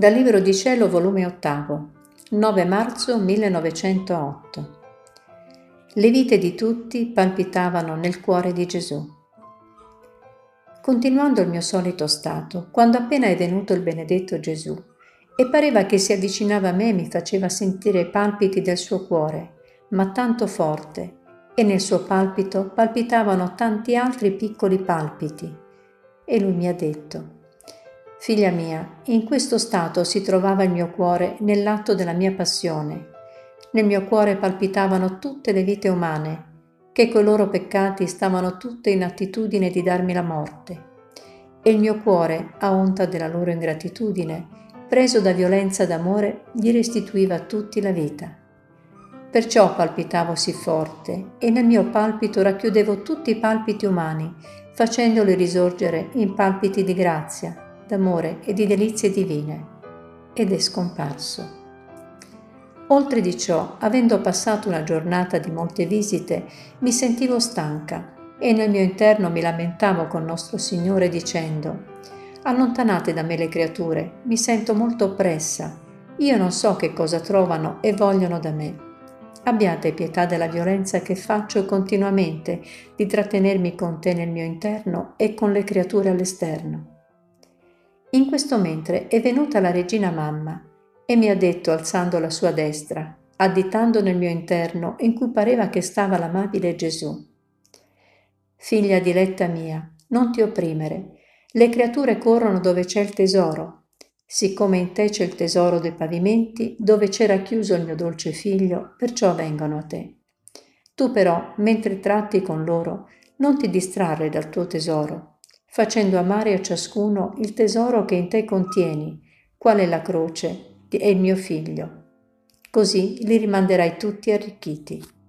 Dal Libro di Cielo, volume 8, 9 marzo 1908. Le vite di tutti palpitavano nel cuore di Gesù. Continuando il mio solito stato, quando appena è venuto il benedetto Gesù, e pareva che si avvicinava a me e mi faceva sentire i palpiti del suo cuore, ma tanto forte, e nel suo palpito palpitavano tanti altri piccoli palpiti. E lui mi ha detto: «Figlia mia, in questo stato si trovava il mio cuore nell'atto della mia passione. Nel mio cuore palpitavano tutte le vite umane, che coi loro peccati stavano tutte in attitudine di darmi la morte. E il mio cuore, a onta della loro ingratitudine, preso da violenza d'amore, gli restituiva a tutti la vita. Perciò palpitavo sì forte, e nel mio palpito racchiudevo tutti i palpiti umani, facendoli risorgere in palpiti di grazia, d'amore e di delizie divine, ed è scomparso. Oltre di ciò, avendo passato una giornata di molte visite, mi sentivo stanca e nel mio interno mi lamentavo con nostro Signore dicendo: «Allontanate da me le creature, mi sento molto oppressa, io non so che cosa trovano e vogliono da me. Abbiate pietà della violenza che faccio continuamente di trattenermi con te nel mio interno e con le creature all'esterno». In questo mentre è venuta la regina mamma e mi ha detto, alzando la sua destra, additando nel mio interno in cui pareva che stava l'amabile Gesù: «Figlia diletta mia, non ti opprimere, le creature corrono dove c'è il tesoro. Siccome in te c'è il tesoro dei pavimenti, dove c'era chiuso il mio dolce figlio, perciò vengono a te. Tu però, mentre tratti con loro, non ti distrarre dal tuo tesoro, facendo amare a ciascuno il tesoro che in te contieni, quale la croce e il mio figlio. Così li rimanderai tutti arricchiti».